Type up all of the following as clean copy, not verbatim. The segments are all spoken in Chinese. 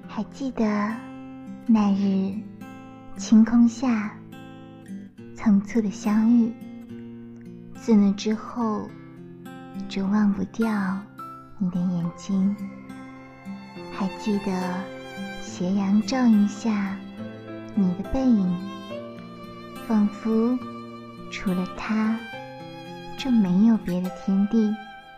还记得那日晴空下匆促的相遇，自那之后就忘不掉你的眼睛。还记得斜阳照映下你的背影，仿佛除了他就没有别的天地。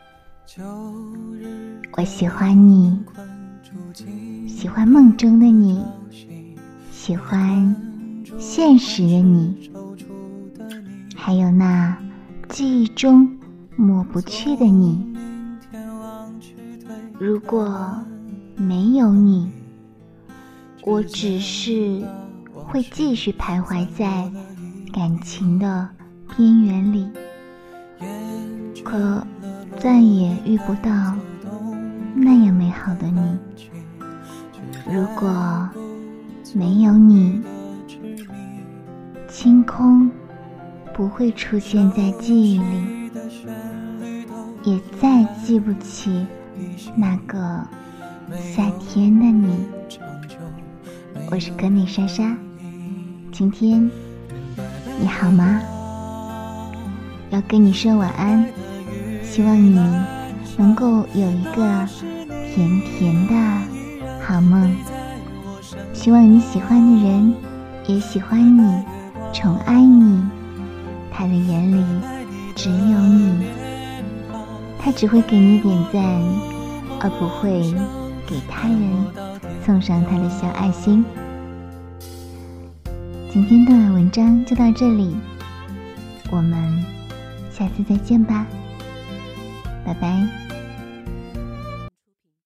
我喜欢你，喜欢梦中的你，喜欢现实的你，还有那记忆中抹不去的你。如果没有你，我只是会继续徘徊在感情的边缘里，可再也遇不到那样美好的你。如果没有你，清空不会出现在记忆里，也再记不起那个夏天的你。我是歌美莎莎，今天你好吗？要跟你说晚安，希望你能够有一个甜甜的好梦。希望你喜欢的人也喜欢你，宠爱你，他的眼里只有你，他只会给你点赞，而不会给他人送上他的小爱心。今天的文章就到这里，我们下次再见吧，拜拜。